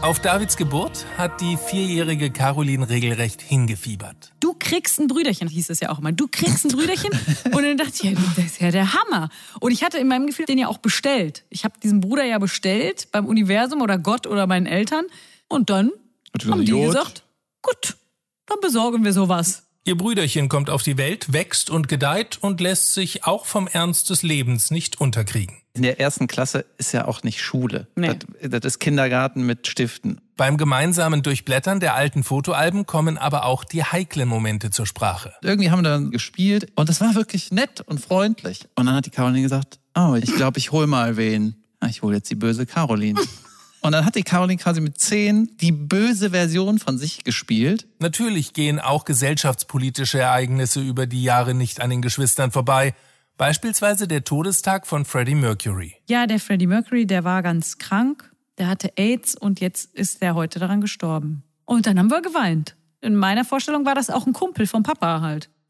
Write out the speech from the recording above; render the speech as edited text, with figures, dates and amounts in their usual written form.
Auf Davids Geburt hat die 4-jährige Caroline regelrecht hingefiebert. Du kriegst ein Brüderchen, hieß es ja auch immer. Du kriegst ein Brüderchen. Und dann dachte ich, ja, das ist ja der Hammer. Und ich hatte in meinem Gefühl den ja auch bestellt. Ich habe diesen Bruder ja bestellt beim Universum oder Gott oder meinen Eltern. Und dann haben die gesagt, gut, dann besorgen wir sowas. Ihr Brüderchen kommt auf die Welt, wächst und gedeiht und lässt sich auch vom Ernst des Lebens nicht unterkriegen. In der 1. Klasse ist ja auch nicht Schule. Nee. Das ist Kindergarten mit Stiften. Beim gemeinsamen Durchblättern der alten Fotoalben kommen aber auch die heiklen Momente zur Sprache. Irgendwie haben wir dann gespielt und das war wirklich nett und freundlich. Und dann hat die Caroline gesagt, oh, ich glaube, ich hole mal wen. Ich hole jetzt die böse Caroline. Und dann hat die Caroline quasi mit 10 die böse Version von sich gespielt. Natürlich gehen auch gesellschaftspolitische Ereignisse über die Jahre nicht an den Geschwistern vorbei. Beispielsweise der Todestag von Freddie Mercury. Ja, der Freddie Mercury, der war ganz krank. Der hatte AIDS und jetzt ist er heute daran gestorben. Und dann haben wir geweint. In meiner Vorstellung war das auch ein Kumpel vom Papa halt.